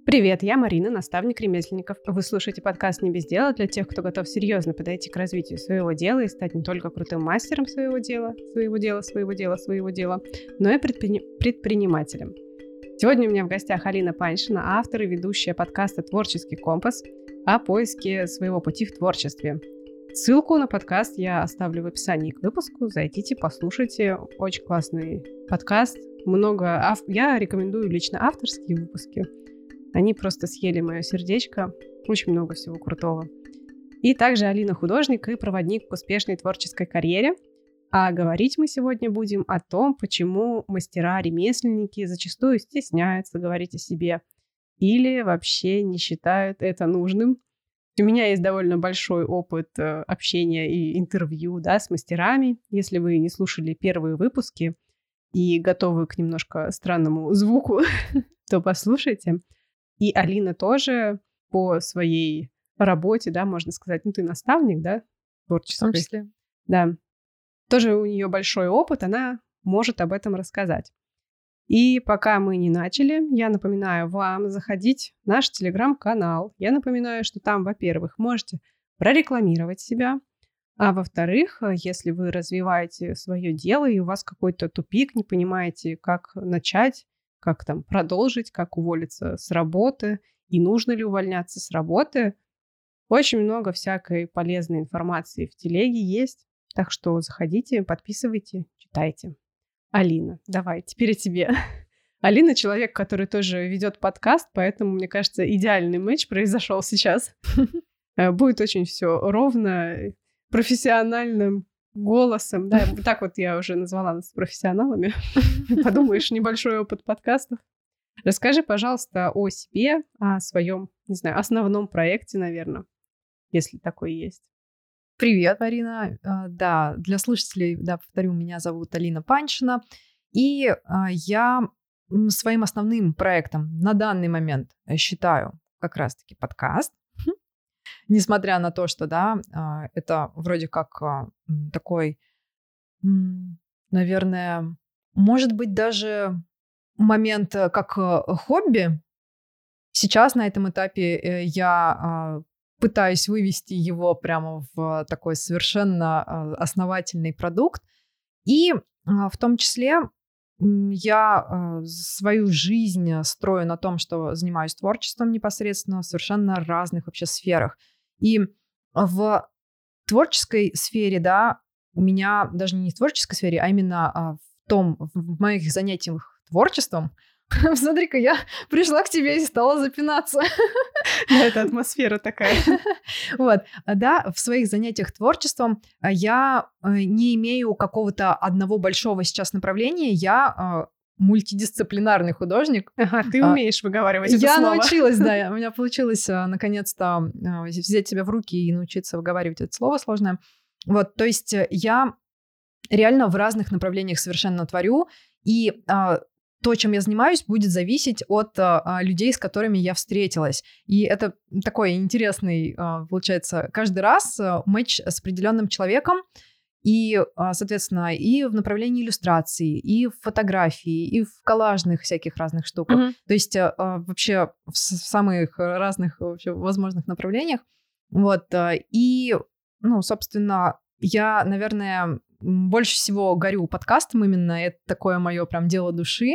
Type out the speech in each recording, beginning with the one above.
Привет, я Марина, наставник ремесленников. Вы слушаете подкаст «Не без дела» для тех, кто готов серьезно подойти к развитию своего дела и стать не только крутым мастером своего дела, но и предпринимателем. Сегодня у меня в гостях Алина Паньшина, автор и ведущая подкаста «Творческий компас» о поиске своего пути в творчестве. Ссылку на подкаст я оставлю в описании к выпуску. Зайдите, послушайте. Очень классный подкаст. Я рекомендую лично авторские выпуски. Они просто съели мое сердечко. Очень много всего крутого. И также Алина художник и проводник к успешной творческой карьере. А говорить мы сегодня будем о том, почему мастера-ремесленники зачастую стесняются говорить о себе или вообще не считают это нужным. У меня есть довольно большой опыт общения и интервью, с мастерами. Если вы не слушали первые выпуски и готовы к немножко странному звуку, то послушайте. И Алина тоже по своей работе, можно сказать, ты наставник, творческий. В том числе. Да. Тоже у нее большой опыт, она может об этом рассказать. И пока мы не начали, я напоминаю вам заходить в наш телеграм-канал. Я напоминаю, что там, во-первых, можете прорекламировать себя, а во-вторых, если вы развиваете свое дело и у вас какой-то тупик, не понимаете, как начать, как там продолжить, как уволиться с работы и нужно ли увольняться с работы, очень много всякой полезной информации в телеге есть. Так что заходите, подписывайте, читайте. Алина, давай, теперь о тебе. Алина — человек, который тоже ведет подкаст, поэтому, мне кажется, идеальный матч произошел сейчас. Будет очень все ровно, профессиональным голосом. Да, так вот я уже назвала нас профессионалами. Подумаешь, небольшой опыт подкастов. Расскажи, пожалуйста, о себе, о своем, основном проекте, наверное, если такой есть. Привет, Марина. Да, для слушателей, повторю, меня зовут Алина Паньшина. И я своим основным проектом на данный момент считаю как раз-таки подкаст. Несмотря на то, что, это вроде как такой, наверное, может быть, даже момент как хобби. Сейчас на этом этапе я пытаюсь вывести его прямо в такой совершенно основательный продукт. И в том числе я свою жизнь строю на том, что занимаюсь творчеством непосредственно в совершенно разных вообще сферах. И в творческой сфере, у меня даже не в творческой сфере, а именно в моих занятиях творчеством. Смотри-ка, я пришла к тебе и стала запинаться. Это атмосфера такая. Вот, в своих занятиях творчеством я не имею какого-то одного большого сейчас направления. Я мультидисциплинарный художник. Ага, ты умеешь выговаривать это слово. Я научилась, у меня получилось наконец-то взять себя в руки и научиться выговаривать это слово сложное. Вот, то есть я реально в разных направлениях совершенно творю, и то, чем я занимаюсь, будет зависеть от людей, с которыми я встретилась. И это такой интересный, получается, каждый раз матч с определенным человеком. И, соответственно, и в направлении иллюстрации, и в фотографии, и в коллажных всяких разных штуках. Mm-hmm. То есть вообще в самых разных вообще возможных направлениях. Вот. И, собственно, я, наверное, больше всего горю подкастом именно. Это такое мое прям дело души.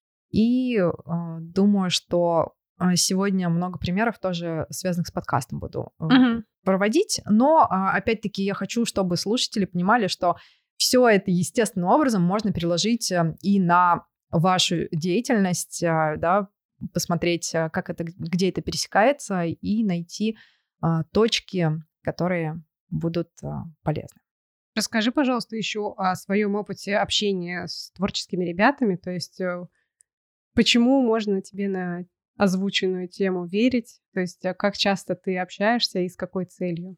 И думаю, что сегодня много примеров тоже связанных с подкастом буду проводить. Но, опять-таки, я хочу, чтобы слушатели понимали, что все это естественным образом можно переложить и на вашу деятельность, посмотреть, как это, где это пересекается, и найти точки, которые будут полезны. Расскажи, пожалуйста, еще о своем опыте общения с творческими ребятами. То есть почему можно тебе на озвученную тему верить? То есть как часто ты общаешься и с какой целью?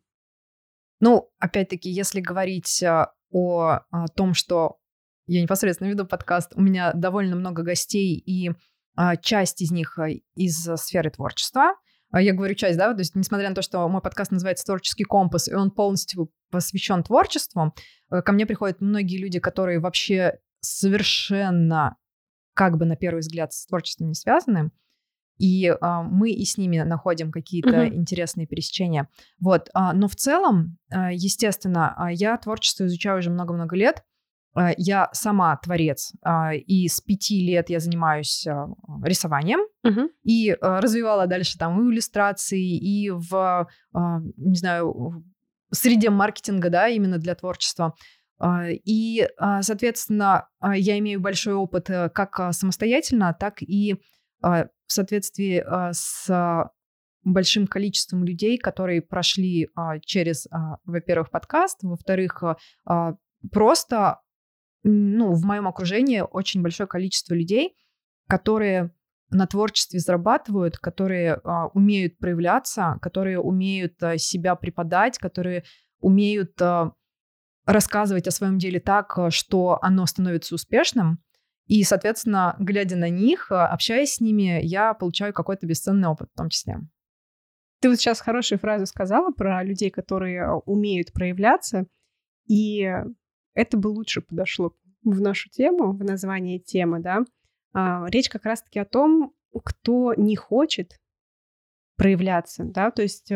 Опять-таки, если говорить о том, что я непосредственно веду подкаст, у меня довольно много гостей, и часть из них из сферы творчества. Я говорю часть, то есть несмотря на то, что мой подкаст называется «Творческий компас», и он полностью посвящен творчеству, ко мне приходят многие люди, которые вообще совершенно, как бы на первый взгляд, с творчеством не связаны. и мы и с ними находим какие-то интересные пересечения. Вот. Но в целом, естественно, я творчество изучаю уже много-много лет. Я сама творец, и с 5 лет я занимаюсь рисованием, и развивала дальше там и в иллюстрации, и в, не знаю, в среде маркетинга, да, именно для творчества. И, соответственно, я имею большой опыт как самостоятельно, так и в соответствии с большим количеством людей, которые прошли через, во-первых, подкаст, во-вторых, просто, в моем окружении очень большое количество людей, которые на творчестве зарабатывают, которые умеют проявляться, которые умеют себя преподать, которые умеют рассказывать о своем деле так, что оно становится успешным. И, соответственно, глядя на них, общаясь с ними, я получаю какой-то бесценный опыт в том числе. Ты вот сейчас хорошую фразу сказала про людей, которые умеют проявляться, и это бы лучше подошло в нашу тему, в название темы, да. Речь как раз-таки о том, кто не хочет проявляться, да, то есть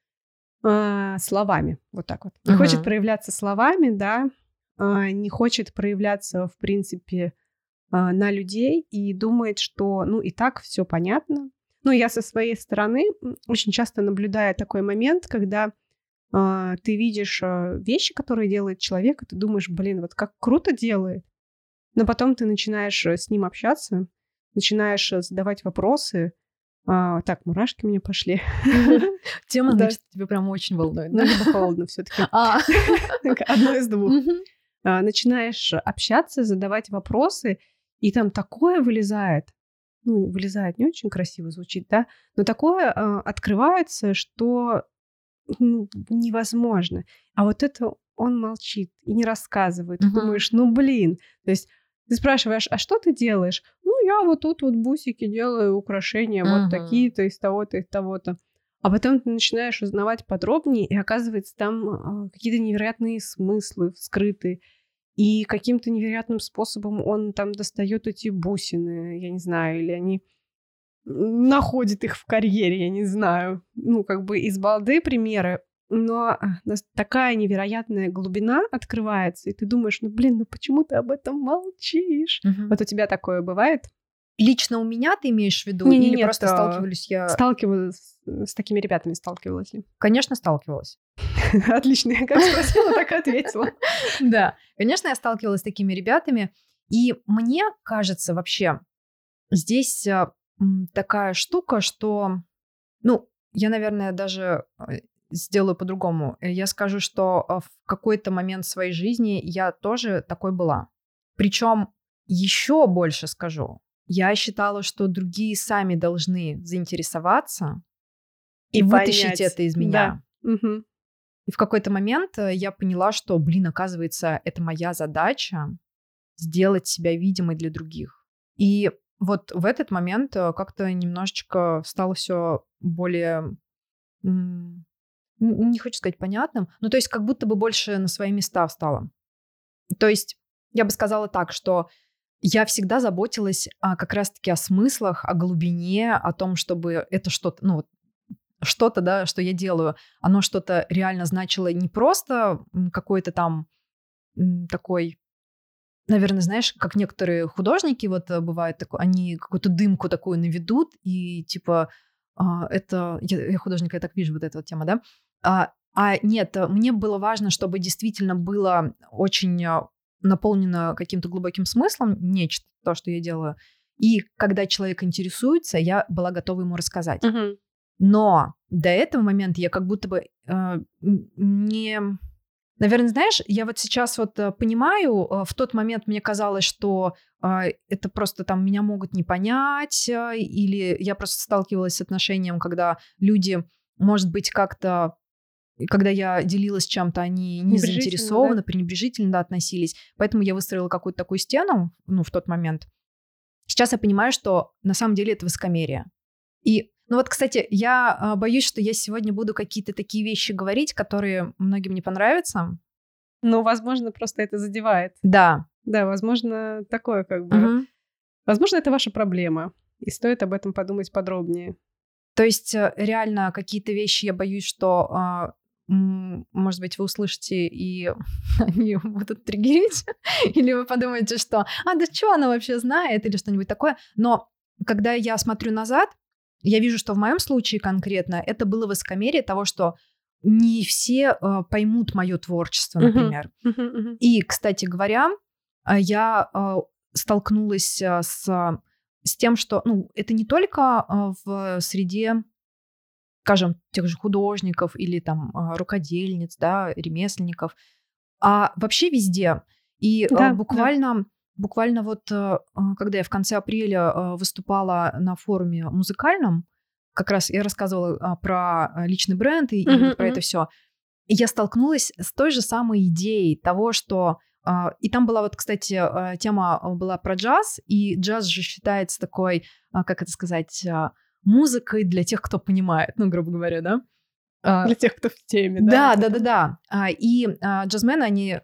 словами, вот так вот. Не хочет проявляться словами, да, не хочет проявляться, в принципе, на людей и думает, что, и так все понятно. Я со своей стороны очень часто наблюдаю такой момент, когда ты видишь вещи, которые делает человек, и ты думаешь, вот как круто делает. Но потом ты начинаешь с ним общаться, начинаешь задавать вопросы. Так, мурашки у меня пошли. Тема, значит, тебя прям очень волнует. Либо холодно все-таки. Одно из двух. Начинаешь общаться, задавать вопросы, и там такое вылезает. Вылезает не очень красиво звучит, да? Но такое открывается, что невозможно. А вот это он молчит и не рассказывает. Ты думаешь, То есть ты спрашиваешь, а что ты делаешь? Я вот тут вот бусики делаю, украшения вот такие-то, из того-то, из того-то. А потом ты начинаешь узнавать подробнее, и оказывается, там какие-то невероятные смыслы скрыты. И каким-то невероятным способом он там достает эти бусины, я не знаю, или они находят их в карьере, я не знаю. Из балды примеры, но такая невероятная глубина открывается, и ты думаешь, почему ты об этом молчишь? Вот у тебя такое бывает? Лично у меня ты имеешь в виду? Или просто сталкивались я... Сталкивалась с такими ребятами, сталкивалась ли? Конечно, сталкивалась. Отлично, я как спросила, так и ответила. Да, конечно, я сталкивалась с такими ребятами, и мне кажется вообще, здесь такая штука, что, я, наверное, даже сделаю по-другому. Я скажу, что в какой-то момент своей жизни я тоже такой была. Причем еще больше скажу. Я считала, что другие сами должны заинтересоваться и вытащить это из меня. Да. И в какой-то момент я поняла, что, оказывается, это моя задача сделать себя видимой для других. И вот в этот момент как-то немножечко стало все более, не хочу сказать понятным, то есть как будто бы больше на свои места встало. То есть я бы сказала так, что я всегда заботилась как раз-таки о смыслах, о глубине, о том, чтобы это что-то, что-то, да, что я делаю, оно что-то реально значило не просто какой-то там такой, наверное, знаешь, как некоторые художники, вот бывает, они какую-то дымку такую наведут, и типа это... Я художника, я так вижу, вот эта вот тема, да? Нет, мне было важно, чтобы действительно было очень наполнено каким-то глубоким смыслом нечто, то, что я делаю. И когда человек интересуется, я была готова ему рассказать. Но до этого момента я как будто бы не... Наверное, знаешь, я вот сейчас вот понимаю, в тот момент мне казалось, что это просто там меня могут не понять, или я просто сталкивалась с отношением, когда люди, может быть, как-то, когда я делилась чем-то, они не заинтересованы, пренебрежительно относились. Поэтому я выстроила какую-то такую стену, в тот момент. Сейчас я понимаю, что на самом деле это высокомерие. И кстати, я боюсь, что я сегодня буду какие-то такие вещи говорить, которые многим не понравятся. Возможно, просто это задевает. Да. Да, возможно, такое Возможно, это ваша проблема. и стоит об этом подумать подробнее. То есть реально какие-то вещи я боюсь, что, может быть, вы услышите, и они будут триггерить, или вы подумаете, что да что она вообще знает, или что-нибудь такое. Но когда я смотрю назад, я вижу, что в моем случае конкретно это было высокомерие того, что не все поймут мое творчество, например. И, кстати говоря, я столкнулась с тем, что это не только в среде, скажем, тех же художников или там рукодельниц, да, ремесленников, а вообще везде. И буквально вот, когда я в конце апреля выступала на форуме музыкальном, как раз я рассказывала про личный бренд и про это все, я столкнулась с той же самой идеей того, что... И там была вот, кстати, тема была про джаз, и джаз же считается такой, как это сказать, музыкой для тех, кто понимает, грубо говоря, да? Для тех, кто в теме, да? Да. И джазмены, они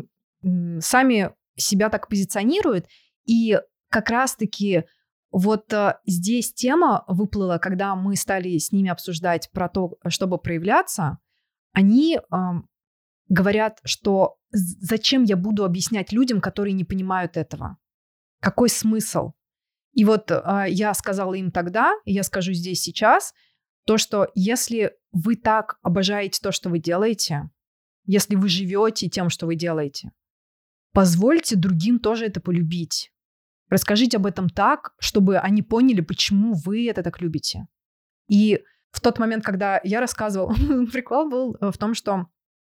сами себя так позиционируют, и как раз-таки вот здесь тема выплыла, когда мы стали с ними обсуждать про то, чтобы проявляться, они говорят, что зачем я буду объяснять людям, которые не понимают этого? Какой смысл? И вот я сказала им тогда, и я скажу здесь сейчас, то, что если вы так обожаете то, что вы делаете, если вы живете тем, что вы делаете, позвольте другим тоже это полюбить. Расскажите об этом так, чтобы они поняли, почему вы это так любите. И в тот момент, когда я рассказывала, прикол был в том, что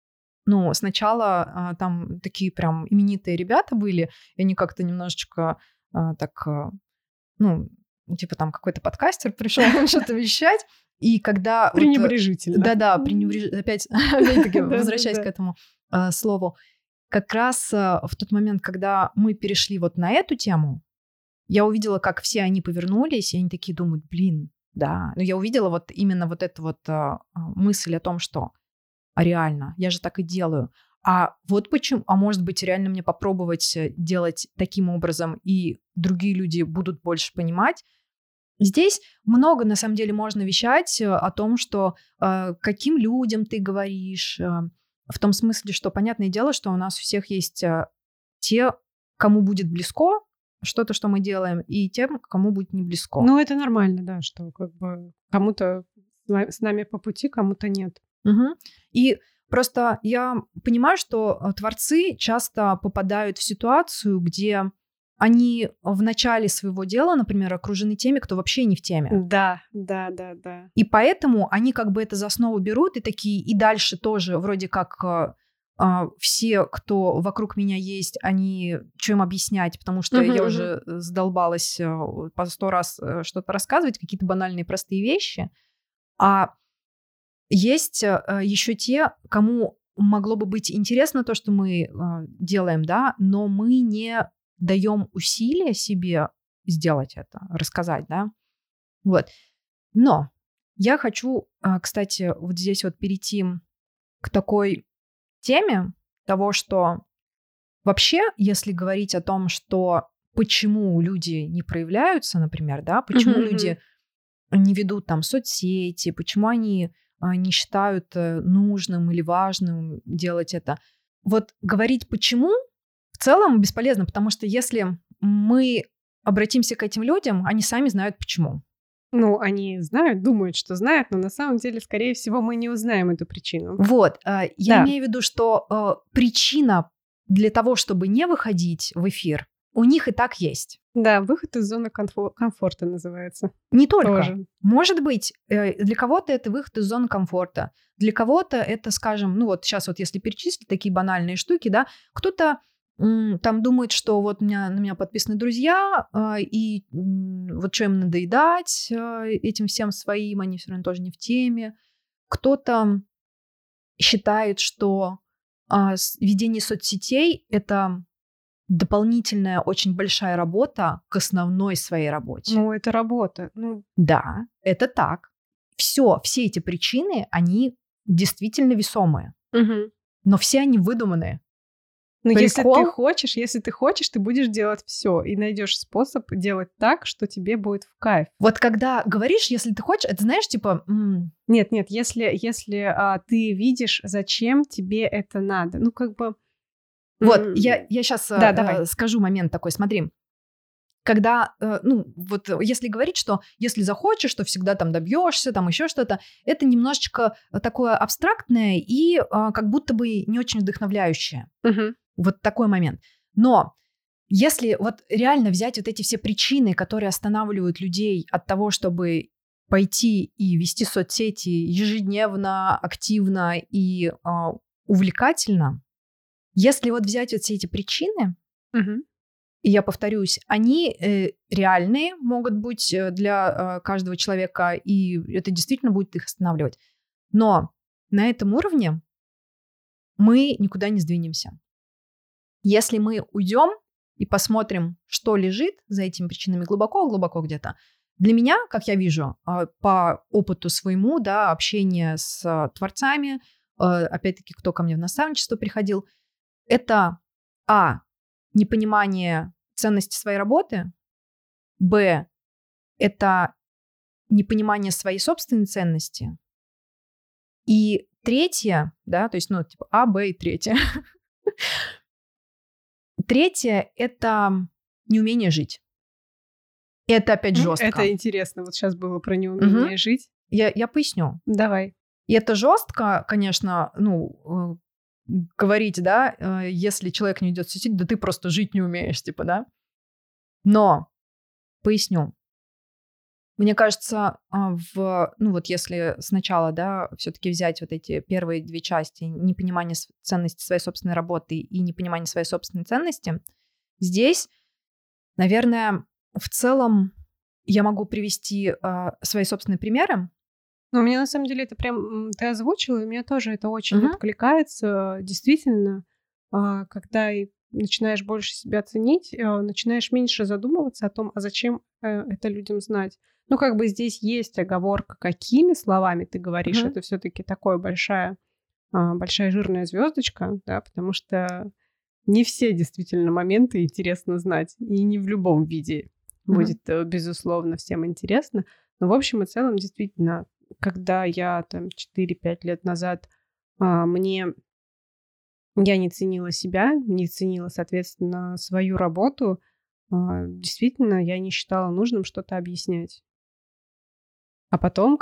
сначала там такие прям именитые ребята были, и они как-то немножечко так, типа там какой-то подкастер пришел что-то вещать, и когда... Пренебрежительно. Да-да, опять-таки, возвращаясь к этому слову, как раз в тот момент, когда мы перешли вот на эту тему, я увидела, как все они повернулись, и они такие думают, да. Но я увидела вот именно вот эту вот мысль о том, что реально, я же так и делаю. А вот почему, может быть, реально мне попробовать делать таким образом, и другие люди будут больше понимать. Здесь много, на самом деле, можно вещать о том, что каким людям ты говоришь, в том смысле, что понятное дело, что у нас у всех есть те, кому будет близко что-то, что мы делаем, и тем, кому будет не близко. Это нормально, да, что как бы кому-то с нами по пути, кому-то нет. И просто я понимаю, что творцы часто попадают в ситуацию, где они в начале своего дела, например, окружены теми, кто вообще не в теме. Да. И поэтому они как бы это за основу берут и такие, и дальше тоже вроде как все, кто вокруг меня есть, они, что им объяснять, потому что я уже сдолбалась по 100 раз что-то рассказывать, какие-то банальные простые вещи. А есть еще те, кому могло бы быть интересно то, что мы делаем, да, но мы не даем усилия себе сделать это, рассказать, да. Вот. Но я хочу, кстати, вот здесь вот перейти к такой теме того, что вообще, если говорить о том, что почему люди не проявляются, например, да, почему люди не ведут там соцсети, почему они не считают нужным или важным делать это. Вот говорить почему в целом бесполезно, потому что если мы обратимся к этим людям, они сами знают почему. Они знают, думают, что знают, но на самом деле, скорее всего, мы не узнаем эту причину. Вот. Я имею в виду, что причина для того, чтобы не выходить в эфир, у них и так есть. Да, выход из зоны комфорта называется. Не только. Тоже. Может быть, для кого-то это выход из зоны комфорта. Для кого-то это, скажем, вот сейчас вот если перечислить такие банальные штуки, да, кто-то там думает, что вот на меня подписаны друзья, и вот что им надоедать этим всем своим, они все равно тоже не в теме. Кто-то считает, что ведение соцсетей — это дополнительная очень большая работа к основной своей работе. Это работа. Да, это так. Все эти причины, они действительно весомые. Но все они выдуманные. Но прикол. если ты хочешь, ты будешь делать все и найдешь способ делать так, что тебе будет в кайф. Вот когда говоришь, если ты хочешь, это знаешь, типа... Нет, если ты видишь, зачем тебе это надо. Ну, как бы... Вот, я сейчас давай. скажу момент такой, смотри. Когда, вот если говорить, что если захочешь, то всегда там добьешься, там еще что-то, это немножечко такое абстрактное и как будто бы не очень вдохновляющее. Угу. Вот такой момент. Но если вот реально взять вот эти все причины, которые останавливают людей от того, чтобы пойти и вести соцсети ежедневно, активно и увлекательно, если вот взять вот все эти причины, и я повторюсь, они реальные могут быть для каждого человека, и это действительно будет их останавливать. Но на этом уровне мы никуда не сдвинемся. Если мы уйдем и посмотрим, что лежит за этими причинами глубоко-глубоко где-то, для меня, как я вижу, по опыту своему, да, общения с творцами, опять-таки, кто ко мне в наставничество приходил, это непонимание ценности своей работы, б, это непонимание своей собственной ценности, и третье, да, то есть, типа А, Б и третье. Третье – это неумение жить. И это опять жестко. Это интересно, вот сейчас было про неумение жить. Я поясню. Давай. И это жестко, конечно, говорить, да, если человек не идет в соцсети, да ты просто жить не умеешь, типа, да. Но поясню. Мне кажется, вот если сначала, да, все-таки взять вот эти первые две части, непонимание ценности своей собственной работы и непонимание своей собственной ценности, здесь, наверное, в целом я могу привести свои собственные примеры. Но у меня, на самом деле, это прям ты озвучила, и у меня тоже это очень откликается. Действительно, когда начинаешь больше себя ценить, начинаешь меньше задумываться о том, а зачем это людям знать. Ну, как бы здесь есть оговорка, какими словами ты говоришь. Это все-таки такая большая жирная звездочка, да, потому что не все действительно моменты интересно знать, и не в любом виде будет, безусловно, всем интересно. Но в общем и целом, действительно, когда я там 4-5 лет назад я не ценила себя, не ценила, соответственно, свою работу, действительно, я не считала нужным что-то объяснять. А потом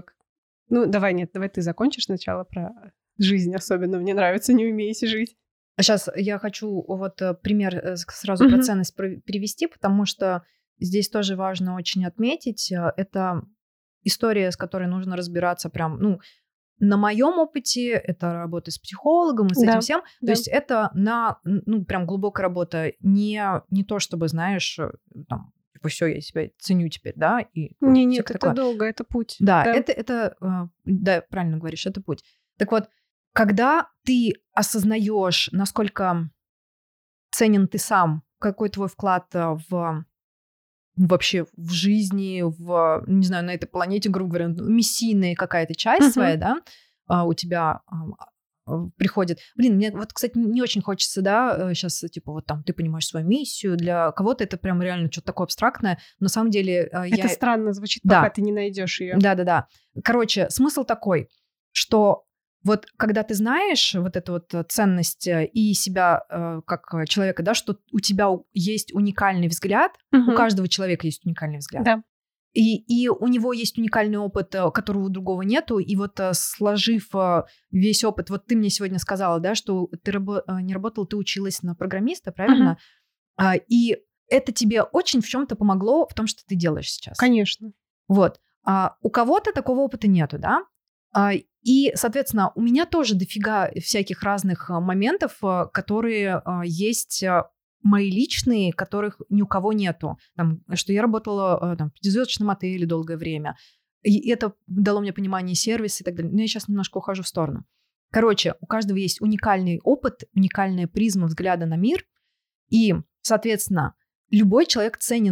давай ты закончишь сначала про жизнь особенно. Мне нравится «Не умеете жить». Сейчас я хочу вот пример сразу про ценность привести, потому что здесь тоже важно очень отметить. Это история, с которой нужно разбираться прям, на моем опыте, это работа с психологом и с этим всем. То есть это прям глубокая работа. Не то, чтобы, знаешь, там, все, я себя ценю теперь, да? Нет, это долго, это путь. Да, это да, правильно говоришь, это путь. Так вот, когда ты осознаешь, насколько ценен ты сам, какой твой вклад вообще в жизни, не знаю, на этой планете, грубо говоря, миссийная какая-то часть своя, да, у тебя приходит. Мне вот, кстати, не очень хочется, да, сейчас, типа, вот там, ты понимаешь свою миссию, для кого-то это прям реально что-то такое абстрактное, на самом деле... Это странно звучит, пока ты не найдешь ее. Да. Короче, смысл такой, что вот когда ты знаешь вот эту вот ценность и себя как человека, да, что у тебя есть уникальный взгляд, у каждого человека есть уникальный взгляд. Да. И у него есть уникальный опыт, которого у другого нету. И вот сложив весь опыт, вот ты мне сегодня сказала, да, что ты не работала, ты училась на программиста, правильно? И это тебе очень в чем-то помогло в том, что ты делаешь сейчас. Конечно. Вот. У кого-то такого опыта нету, да? И, соответственно, у меня тоже дофига всяких разных моментов, которые есть мои личные, которых ни у кого нету. Там, что я работала в пятизвездочном отеле долгое время. И это дало мне понимание сервиса и так далее. Но я сейчас немножко ухожу в сторону. Короче, у каждого есть уникальный опыт, уникальная призма взгляда на мир. И, соответственно, любой человек ценен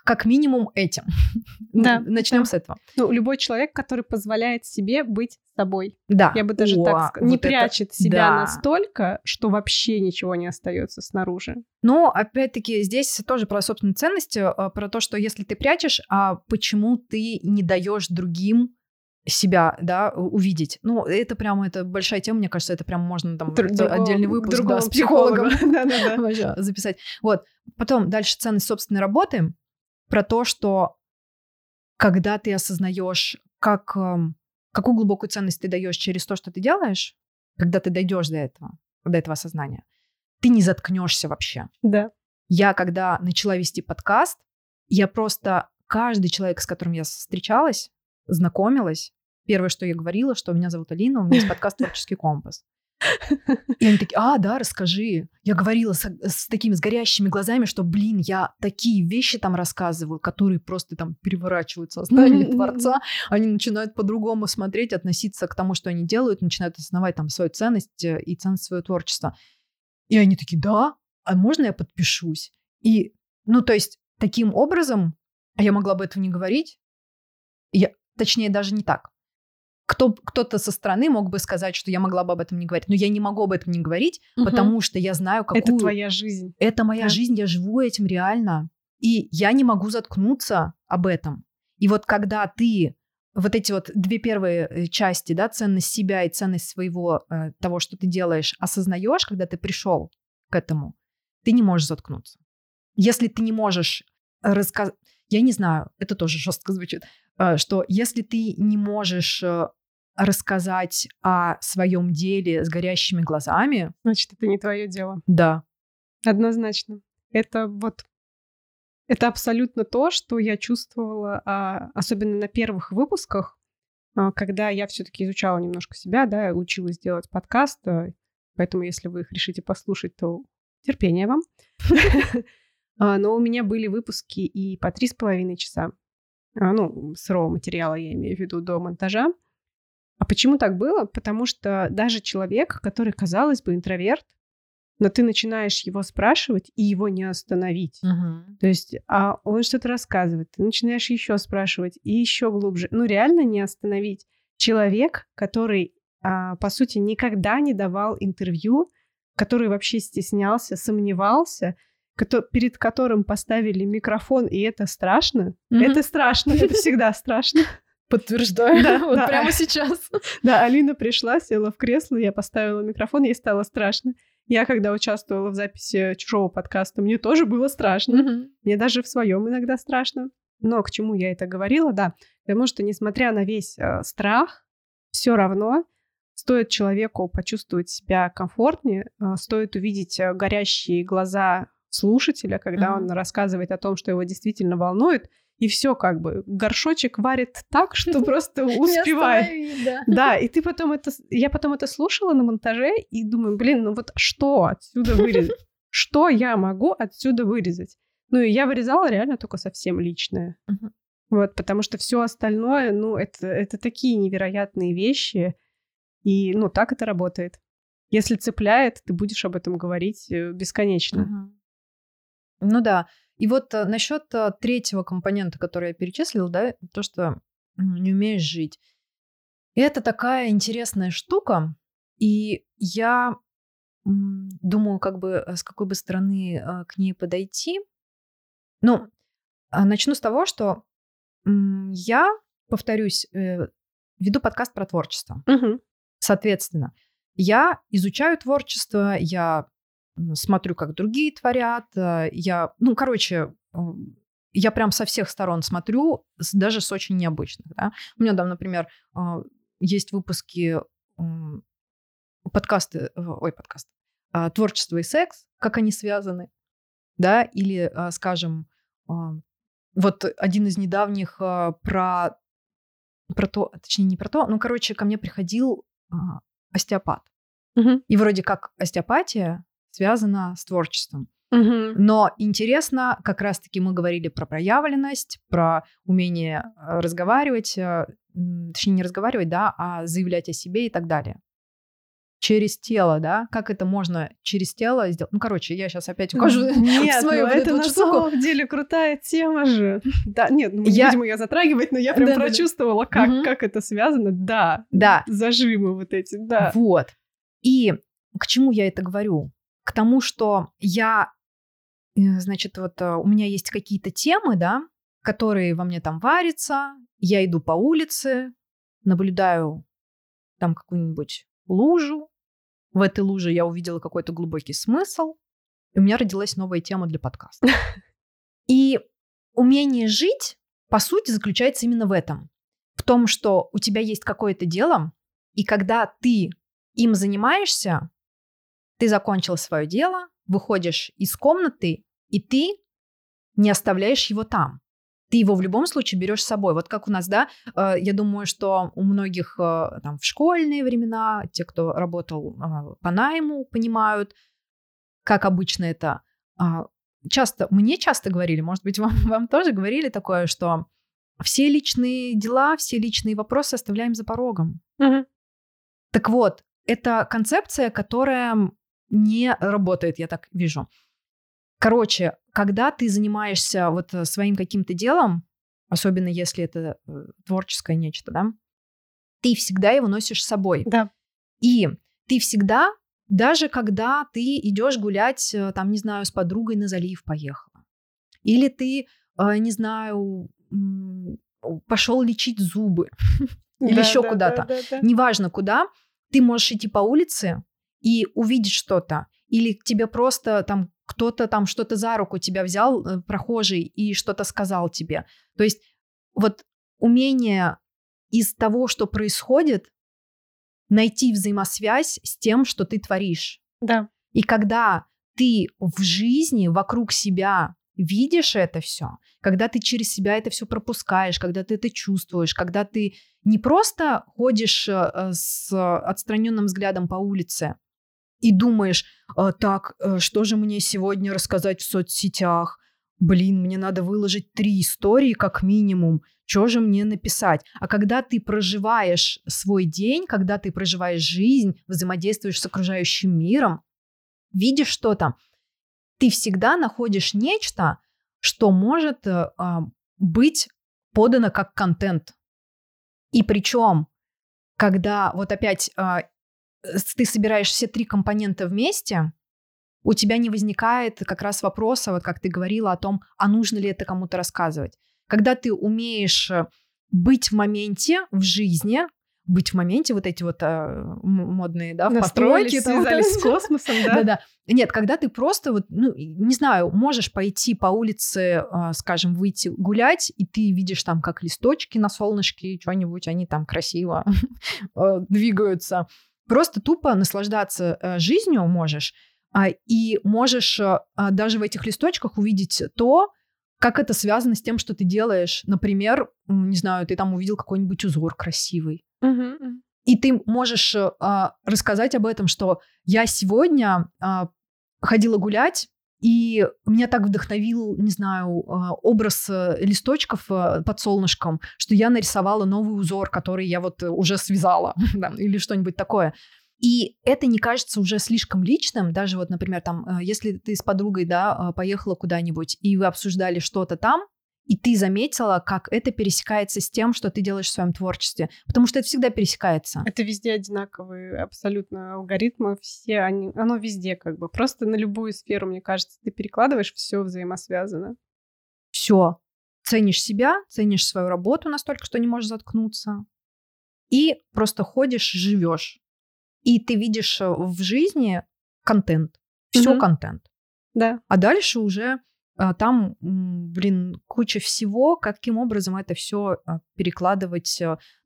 как минимум этим. Да. Начнем с этого. Ну, любой человек, который позволяет себе быть собой. Да. Я бы даже так сказала. Не вот прячет себя да. настолько, что вообще ничего не остается снаружи. Но, опять-таки, здесь тоже про собственные ценности, про то, что если ты прячешь, а почему ты не даешь другим себя, да, увидеть. Ну, это прямо, это большая тема, мне кажется, это прям можно там отдельный выпуск с психологом записать. Вот. Потом дальше ценность собственной работы, про то, что когда ты осознаешь, какую глубокую ценность ты даешь через то, что ты делаешь, когда ты дойдешь до этого осознания, ты не заткнешься вообще. Да. Я, когда начала вести подкаст, я просто каждый человек, с которым я встречалась, знакомилась, первое, что я говорила, что меня зовут Алина, у меня есть подкаст «Творческий компас». И они такие: да, расскажи. Я говорила с такими, с горящими глазами, что, я такие вещи там рассказываю, которые просто там переворачивают сознание творца. Они начинают по-другому смотреть, относиться к тому, что они делают, начинают осознавать там свою ценность и ценность своего творчества. И они такие: да, а можно я подпишусь? И, то есть, таким образом, я могла бы этого не говорить, точнее, даже не так. Кто-то со стороны мог бы сказать, что я могла бы об этом не говорить, но я не могу об этом не говорить, потому что я знаю, какую... Это твоя жизнь. Это моя жизнь, я живу этим реально. И я не могу заткнуться об этом. И вот когда ты вот эти вот две первые части, да, ценность себя и ценность своего, того, что ты делаешь, осознаешь, когда ты пришел к этому, ты не можешь заткнуться. Если ты не можешь рассказать... Я не знаю, это тоже жестко звучит, что если ты не можешь рассказать о своем деле с горящими глазами... Значит, это не твое дело. Да. Однозначно. Это абсолютно то, что я чувствовала, особенно на первых выпусках, когда я все-таки изучала немножко себя, да, училась делать подкаст, поэтому если вы их решите послушать, то терпение вам. Но у меня были выпуски и по 3,5 часа. Сырого материала я имею в виду до монтажа. А почему так было? Потому что даже человек, который, казалось бы, интроверт, но ты начинаешь его спрашивать, и его не остановить. То есть он что-то рассказывает, ты начинаешь еще спрашивать, и еще глубже. Реально не остановить. Человек, который, по сути, никогда не давал интервью, который вообще стеснялся, сомневался, перед которым поставили микрофон, и это страшно. Это страшно, это всегда страшно. Подтверждаю. Да, прямо сейчас. Да, Алина пришла, села в кресло, я поставила микрофон, ей стало страшно. Я, когда участвовала в записи чужого подкаста, мне тоже было страшно. Мне даже в своем иногда страшно. Но к чему я это говорила? Да, потому что, несмотря на весь страх, все равно стоит человеку почувствовать себя комфортнее, стоит увидеть горящие глаза слушателя, когда он рассказывает о том, что его действительно волнует, и все как бы горшочек варит так, что просто успевает. Да, и я потом это слушала на монтаже и думаю, что отсюда вырезать? Что я могу отсюда вырезать? И я вырезала реально только совсем личное. Вот, потому что все остальное, это такие невероятные вещи, и, так это работает. Если цепляет, ты будешь об этом говорить бесконечно. Да. И вот насчет третьего компонента, который я перечислила, да, то, что не умеешь жить. Это такая интересная штука, и я думаю, с какой бы стороны к ней подойти. Начну с того, что я, повторюсь, веду подкаст про творчество. Соответственно, я изучаю творчество, я смотрю, как другие творят. Я прям со всех сторон смотрю, даже с очень необычных. Да? У меня там, например, есть выпуски подкаста «Творчество и секс», как они связаны. Да? Или, скажем, вот один из недавних про то, точнее, не про то, ко мне приходил остеопат. И вроде как остеопатия связана с творчеством. Но интересно, как раз-таки мы говорили про проявленность, про умение разговаривать, точнее, не разговаривать, да, а заявлять о себе и так далее. через тело, да? Как это можно через тело сделать? Ну, короче, я сейчас опять укажу Нет, свою вот это эту на штуку. самом деле крутая тема же. Да, нет, мы не будем ее затрагивать, но я прям прочувствовала, как это связано. Да, зажимы вот эти, да. Вот. И к чему я это говорю? К тому, что я, значит, вот у меня есть какие-то темы, да, которые во мне там варятся, я иду по улице, наблюдаю там какую-нибудь лужу, в этой луже я увидела какой-то глубокий смысл, и у меня родилась новая тема для подкаста. И умение жить, по сути, заключается именно в этом. В том, что у тебя есть какое-то дело, и когда ты им занимаешься, ты закончил свое дело, выходишь из комнаты, и ты не оставляешь его там. Ты его в любом случае берешь с собой. Вот как у нас, да, я думаю, что у многих там в школьные времена, те, кто работал по найму, понимают, как обычно это. Мне часто говорили, может быть, вам тоже говорили такое, что все личные дела, все личные вопросы оставляем за порогом. Угу. Так вот, это концепция, которая не работает, я так вижу. Короче, когда ты занимаешься вот своим каким-то делом, особенно если это творческое нечто, да, ты всегда его носишь с собой. Да. И ты всегда, даже когда ты идешь гулять, там, не знаю, с подругой на залив поехала, или ты, не знаю, пошел лечить зубы, или еще куда-то, неважно куда, ты можешь идти по улице и увидеть что-то, или тебе просто там кто-то там что-то за руку тебя взял, прохожий, и что-то сказал тебе. То есть вот умение из того, что происходит, найти взаимосвязь с тем, что ты творишь. Да. И когда ты в жизни вокруг себя видишь это все, когда ты через себя это все пропускаешь, когда ты это чувствуешь, когда ты не просто ходишь с отстраненным взглядом по улице, и думаешь, так, что же мне сегодня рассказать в соцсетях? Блин, мне надо выложить 3 истории как минимум. Что же мне написать? А когда ты проживаешь свой день, когда ты проживаешь жизнь, взаимодействуешь с окружающим миром, видишь что-то, ты всегда находишь нечто, что может быть подано как контент. И причем, когда вот опять... ты собираешь все 3 компонента вместе, у тебя не возникает как раз вопроса, вот как ты говорила о том, а нужно ли это кому-то рассказывать. Когда ты умеешь быть в моменте, в жизни, быть в моменте, вот эти вот модные, да, настройки, связались с космосом, да? Да-да. Нет, когда ты просто, вот, ну, не знаю, можешь пойти по улице, скажем, выйти гулять, и ты видишь там, как листочки на солнышке, что-нибудь, они там красиво двигаются. Просто тупо наслаждаться жизнью можешь, и можешь даже в этих листочках увидеть то, как это связано с тем, что ты делаешь. Например, не знаю, ты там увидел какой-нибудь узор красивый. И ты можешь рассказать об этом, что я сегодня ходила гулять, и меня так вдохновил, не знаю, образ листочков под солнышком, что я нарисовала новый узор, который я вот уже связала, или что-нибудь такое. И это не кажется уже слишком личным, даже вот, например, там, если ты с подругой, да, поехала куда-нибудь, и вы обсуждали что-то там, и ты заметила, как это пересекается с тем, что ты делаешь в своем творчестве. Потому что это всегда пересекается. Это везде одинаковые абсолютно алгоритмы. Все оно везде как бы. Просто на любую сферу, мне кажется, ты перекладываешь, все взаимосвязано. Все. Ценишь себя, ценишь свою работу настолько, что не можешь заткнуться. И просто ходишь, живешь. И ты видишь в жизни контент. Все контент. Да. А дальше уже... Там, куча всего, каким образом это все перекладывать,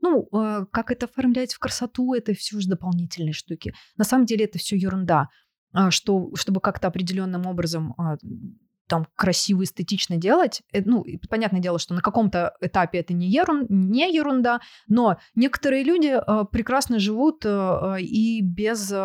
как это оформлять в красоту, это все уже дополнительные штуки. На самом деле это все ерунда, чтобы как-то определенным образом там красиво, эстетично делать. Понятное дело, что на каком-то этапе это не ерунда, но некоторые люди прекрасно живут и без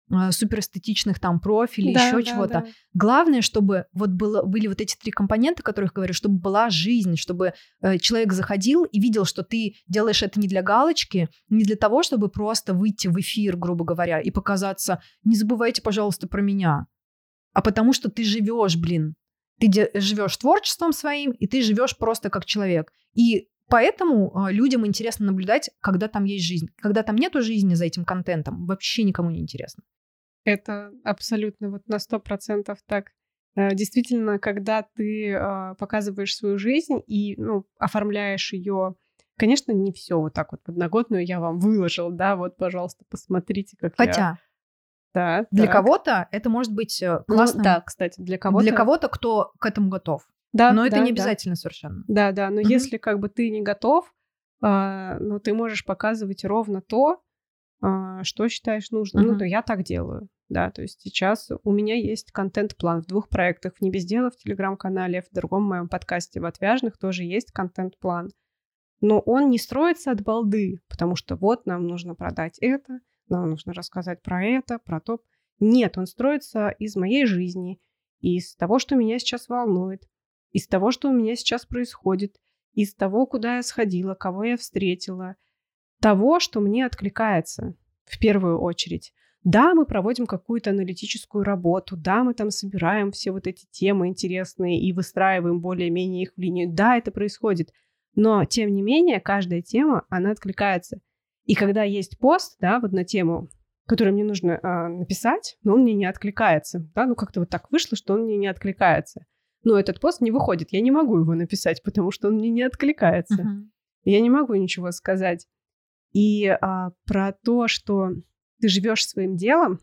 суперэстетичных там профилей, Да, еще да, чего-то. да. Главное, чтобы вот были вот эти 3 компонента, о которых говорю, чтобы была жизнь, чтобы человек заходил и видел, что ты делаешь это не для галочки, не для того, чтобы просто выйти в эфир, грубо говоря, и показаться: не забывайте, пожалуйста, про меня, а потому что ты живешь, блин. Ты живешь творчеством своим, и ты живешь просто как человек. И поэтому людям интересно наблюдать, когда там есть жизнь. Когда там нету жизни за этим контентом, вообще никому не интересно. Это абсолютно вот на 100% так. Действительно, когда ты показываешь свою жизнь и оформляешь ее, конечно, не все вот так вот подноготную я вам выложил, да, вот, пожалуйста, посмотрите, как я... Хотя Да, для так. кого-то это может быть классным. Да, кстати, для кого-то... Для кого-то, кто к этому готов. Да, Но это да, не да. обязательно совершенно. Да, но Мгм. если как бы ты не готов, ты можешь показывать ровно то, что считаешь нужным. Мгм. То я так делаю. Да, то есть сейчас у меня есть контент-план в 2 проектах. В «Не без дела» в Телеграм-канале, в другом моем подкасте в «Отвяжных» тоже есть контент-план. Но он не строится от балды, потому что вот нам нужно продать это, нам нужно рассказать про это, про то. Нет, он строится из моей жизни, из того, что меня сейчас волнует, из того, что у меня сейчас происходит, из того, куда я сходила, кого я встретила, того, что мне откликается в первую очередь. Да, мы проводим какую-то аналитическую работу, да, мы там собираем все вот эти темы интересные и выстраиваем более-менее их в линию. Да, это происходит. Но, тем не менее, каждая тема, она откликается. И когда есть пост, да, вот на тему, которую мне нужно написать, но он мне не откликается. Да, как-то вот так вышло, что он мне не откликается. Но этот пост не выходит, я не могу его написать, потому что он мне не откликается. Мгм. Я не могу ничего сказать. И про то, что ты живешь своим делом,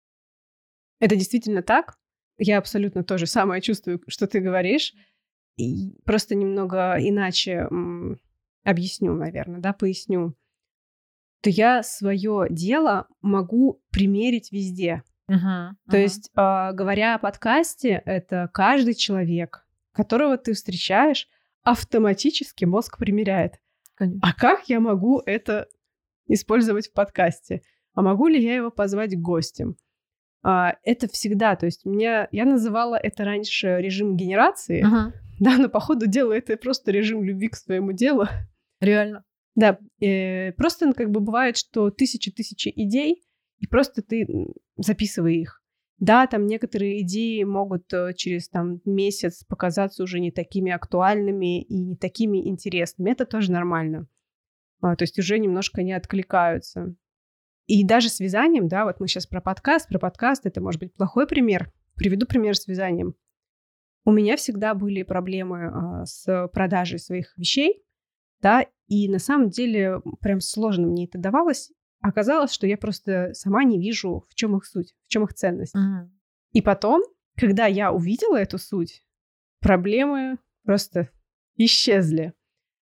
это действительно так. Я абсолютно то же самое чувствую, что ты говоришь. И просто немного иначе объясню, наверное, да, поясню. То я свое дело могу примерить везде. Мгм. То Мгм. есть, говоря о подкасте, это каждый человек, которого ты встречаешь, автоматически мозг примеряет. Конечно. А как я могу это использовать в подкасте? А могу ли я его позвать гостем? Это всегда, то есть я называла это раньше режим генерации, Мгм. да, но по ходу дела это просто режим любви к своему делу. Реально. Да, просто как бы бывает, что тысячи идей, и просто ты записывай их. Да, там некоторые идеи могут через месяц показаться уже не такими актуальными и не такими интересными. Это тоже нормально. То есть уже немножко не откликаются. И даже с вязанием, да, вот мы сейчас про подкаст это может быть плохой пример. Приведу пример с вязанием. У меня всегда были проблемы с продажей своих вещей, да, и на самом деле прям сложно мне это давалось. Оказалось, что я просто сама не вижу, в чем их суть, в чем их ценность. Мгм. И потом, когда я увидела эту суть, проблемы просто исчезли.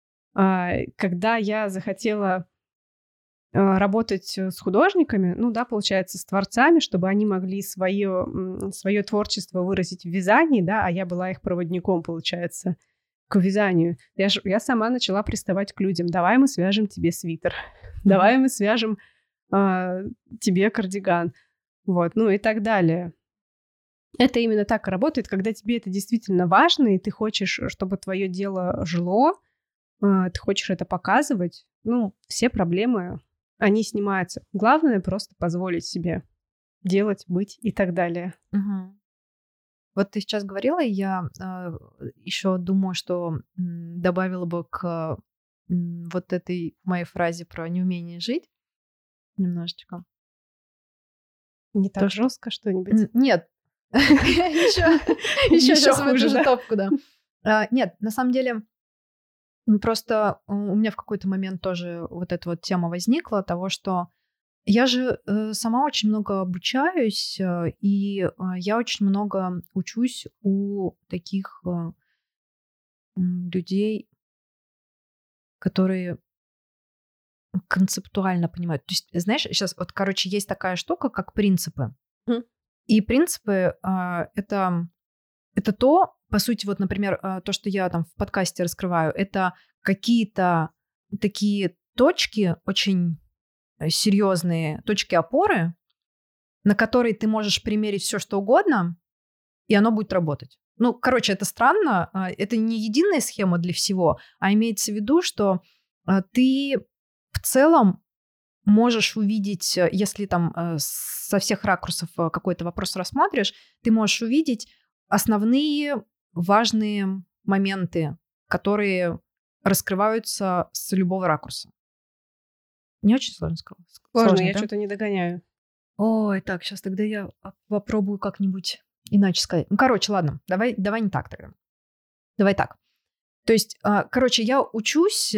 Когда я захотела работать с художниками, получается, с творцами, чтобы они могли свое творчество выразить в вязании, да, а я была их проводником, получается, к вязанию. Я сама начала приставать к людям. Давай мы свяжем тебе свитер. Давай мы свяжем тебе кардиган. Вот, и так далее. Это именно так работает, когда тебе это действительно важно, и ты хочешь, чтобы твое дело жило, ты хочешь это показывать, все проблемы, они снимаются. Главное просто позволить себе делать, быть и так далее. Мгм. Вот ты сейчас говорила, и я еще думаю, что добавила бы к вот этой моей фразе про неумение жить немножечко. Не так То, что- жестко что-нибудь. Нет. Еще Ещё сейчас в эту хуже, же да? топку, да. Нет, на самом деле, просто у меня в какой-то момент тоже вот эта вот тема возникла того, что я же сама очень много обучаюсь, и я очень много учусь у таких людей, которые концептуально понимают. То есть, знаешь, сейчас вот, короче, есть такая штука, как принципы. Мгм. И принципы это то, по сути, вот, например, то, что я там в подкасте раскрываю, это какие-то такие точки очень серьезные, точки опоры, на который ты можешь примерить все, что угодно, и оно будет работать. Ну, короче, это странно. Это не единая схема для всего, а имеется в виду, что ты в целом можешь увидеть, если там со всех ракурсов какой-то вопрос рассматриваешь, ты можешь увидеть основные важные моменты, которые раскрываются с любого ракурса. Не очень сложно сказать? Сложно, я да? что-то не догоняю. Ой, так, сейчас тогда я попробую как-нибудь иначе сказать. Ну, короче, ладно, давай не так тогда. Давай так. То есть, короче, я учусь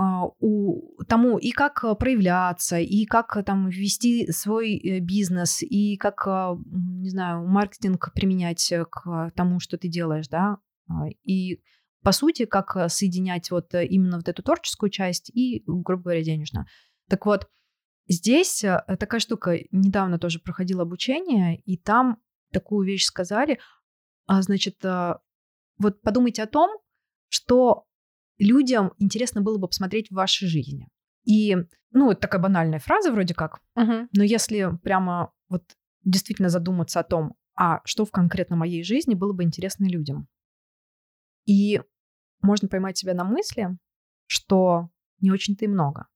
тому, и как проявляться, и как там вести свой бизнес, и как, не знаю, маркетинг применять к тому, что ты делаешь, да. И, по сути, как соединять вот именно вот эту творческую часть и, грубо говоря, денежную. Так вот, здесь такая штука. Недавно тоже проходила обучение, и там такую вещь сказали. Значит, вот подумайте о том, что людям интересно было бы посмотреть в вашей жизни. И, ну, это такая банальная фраза вроде как, но если прямо вот действительно задуматься о том, а что в конкретно моей жизни было бы интересно людям. И можно поймать себя на мысли, что не очень-то и много.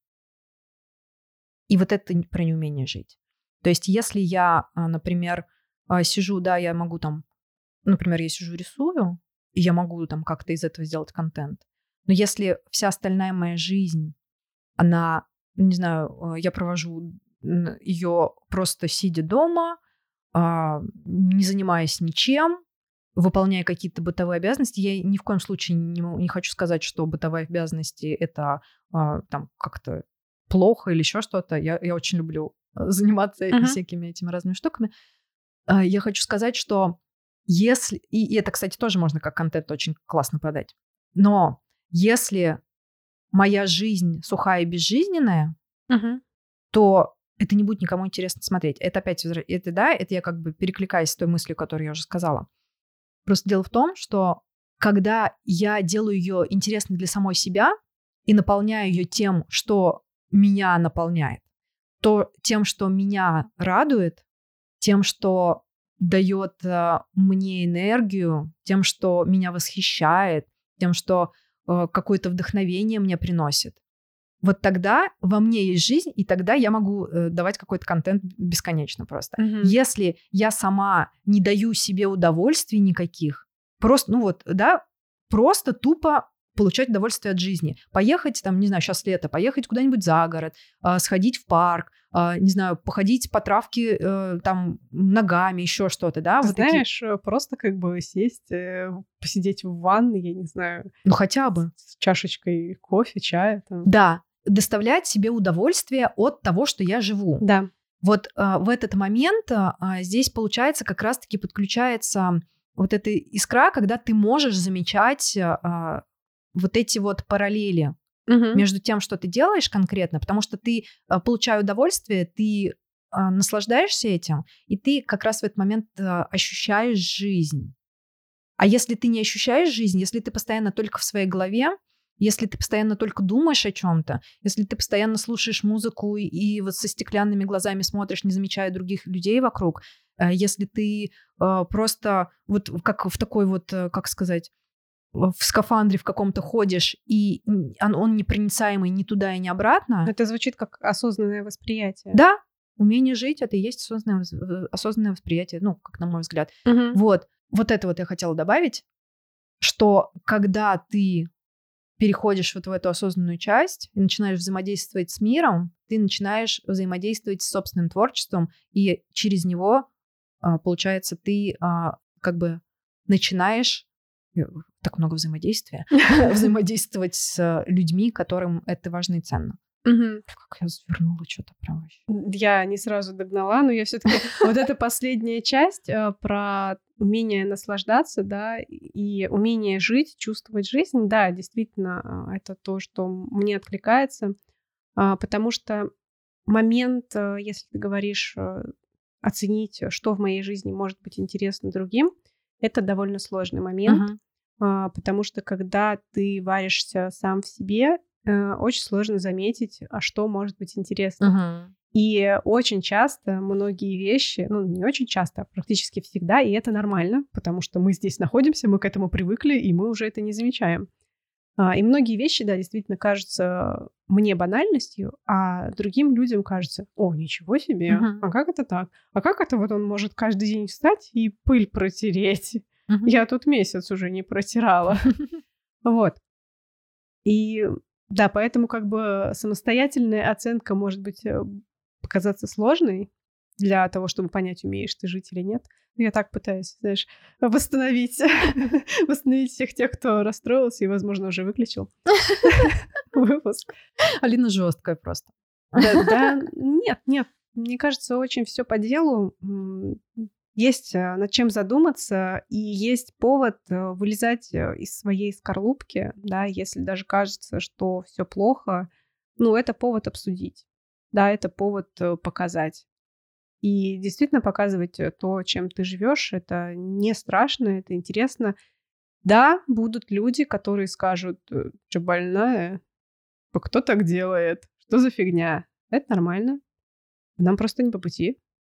И вот это про неумение жить. То есть если я, например, сижу, да, я могу там, например, я сижу рисую, и я могу там как-то из этого сделать контент. Но если вся остальная моя жизнь, она, не знаю, я провожу ее просто сидя дома, не занимаясь ничем, выполняя какие-то бытовые обязанности, я ни в коем случае не хочу сказать, что бытовые обязанности это там как-то плохо или еще что-то. Я очень люблю заниматься всякими этими разными штуками. Я хочу сказать, что если... И это, кстати, тоже можно как контент очень классно подать. Но если моя жизнь сухая и безжизненная, то это не будет никому интересно смотреть. Это опять... Это я как бы перекликаюсь с той мыслью, которую я уже сказала. Просто дело в том, что когда я делаю ее интересной для самой себя и наполняю ее тем, что меня наполняет, то тем, что меня радует, тем, что дает мне энергию, тем, что меня восхищает, тем, что какое-то вдохновение мне приносит. Вот тогда во мне есть жизнь, и тогда я могу давать какой-то контент бесконечно просто. Если я сама не даю себе удовольствий никаких, просто, ну вот, да, просто тупо получать удовольствие от жизни. Поехать, там, не знаю, сейчас лето, поехать куда-нибудь за город, сходить в парк, не знаю, походить по травке там ногами, еще что-то, да? Вот знаешь, такие... просто как бы сесть, посидеть в ванной, я не знаю. Ну, хотя бы. С чашечкой кофе, чая. Там. Да, доставлять себе удовольствие от того, что я живу. Да. Вот в этот момент здесь, получается, как раз-таки подключается вот эта искра, когда ты можешь замечать вот эти вот параллели между тем, что ты делаешь конкретно, потому что ты, получая удовольствие, ты наслаждаешься этим, и ты как раз в этот момент ощущаешь жизнь. А если ты не ощущаешь жизнь, если ты постоянно только в своей голове, если ты постоянно только думаешь о чем-то, если ты постоянно слушаешь музыку и вот со стеклянными глазами смотришь, не замечая других людей вокруг, если ты просто вот как в такой вот, как сказать, в скафандре в каком-то ходишь, и он непроницаемый ни туда и ни обратно. Это звучит как осознанное восприятие. Да, умение жить — это и есть осознанное восприятие, ну, как на мой взгляд. Вот это вот я хотела добавить, что когда ты переходишь вот в эту осознанную часть и начинаешь взаимодействовать с миром, ты начинаешь взаимодействовать с собственным творчеством, и через него, получается, ты как бы начинаешь так много взаимодействия, взаимодействовать с людьми, которым это важно и ценно. Как я завернула что-то прям вообще. Я не сразу догнала, но я все-таки... Вот эта последняя часть про умение наслаждаться, да, и умение жить, чувствовать жизнь, да, действительно, это то, что мне откликается, потому что момент, если ты говоришь, оценить, что в моей жизни может быть интересно другим, это довольно сложный момент, потому что когда ты варишься сам в себе, очень сложно заметить, а что может быть интересно. И очень часто многие вещи, не очень часто, а практически всегда, и это нормально, потому что мы здесь находимся, мы к этому привыкли, и мы уже это не замечаем. И многие вещи, да, действительно кажутся мне банальностью, а другим людям кажется: о, ничего себе, а как это так? А как это вот он может каждый день встать и пыль протереть? Я тут месяц уже не протирала. Вот. И да, поэтому как бы самостоятельная оценка может быть показаться сложной для того, чтобы понять, умеешь ты жить или нет. Я так пытаюсь, знаешь, восстановить всех тех, кто расстроился и, возможно, уже выключил выпуск. Алина жесткая просто. Да, нет. Мне кажется, очень все по делу. Есть над чем задуматься, и есть повод вылезать из своей скорлупки, да, если даже кажется, что все плохо. Это повод обсудить. Да, это повод показать. И действительно показывать то, чем ты живешь, это не страшно, это интересно. Да, будут люди, которые скажут: что больная? Кто так делает? Что за фигня? Это нормально. Нам просто не по пути.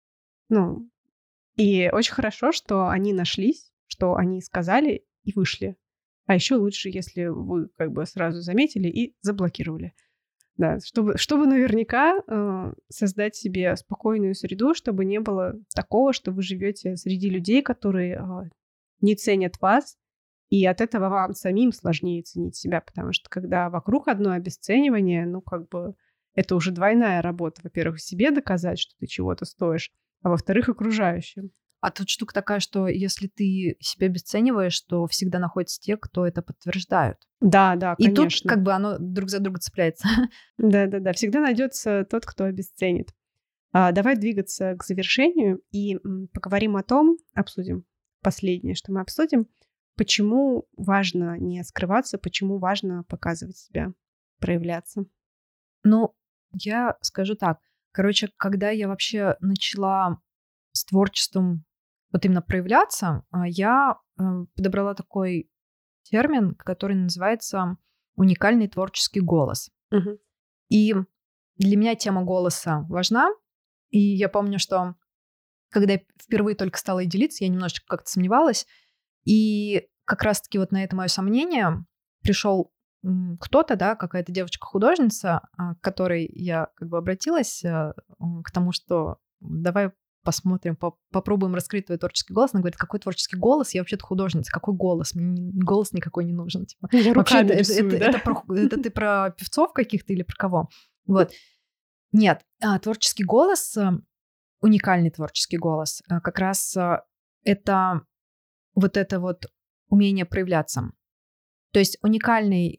И очень хорошо, что они нашлись, что они сказали и вышли. А еще лучше, если вы как бы сразу заметили и заблокировали. Да, чтобы наверняка создать себе спокойную среду, чтобы не было такого, что вы живете среди людей, которые не ценят вас, и от этого вам самим сложнее ценить себя, потому что когда вокруг одно обесценивание, как бы это уже двойная работа. Во-первых, себе доказать, что ты чего-то стоишь, а во-вторых, окружающим. А тут штука такая, что если ты себя обесцениваешь, то всегда находятся те, кто это подтверждают. Да, и конечно. И тут как бы оно друг за друга цепляется. Да. Всегда найдется тот, кто обесценит. Давай двигаться к завершению и поговорим о том, обсудим последнее, что мы обсудим, почему важно не скрываться, почему важно показывать себя, проявляться. Я скажу так. Короче, когда я вообще начала с творчеством вот именно проявляться, я подобрала такой термин, который называется уникальный творческий голос. Угу. И для меня тема голоса важна. И я помню, что когда я впервые только стала ей делиться, я немножечко как-то сомневалась. И как раз-таки вот на это мое сомнение пришел кто-то, да, какая-то девочка-художница, к которой я как бы обратилась к тому, что давай посмотрим, попробуем раскрыть твой творческий голос. Она говорит: какой творческий голос? Я вообще-то художница. Какой голос? Мне голос никакой не нужен. Типа. Я руками рисую, да? Это ты про певцов каких-то или про кого? Вот. Нет. Творческий голос, уникальный творческий голос, как раз это вот умение проявляться. То есть уникальный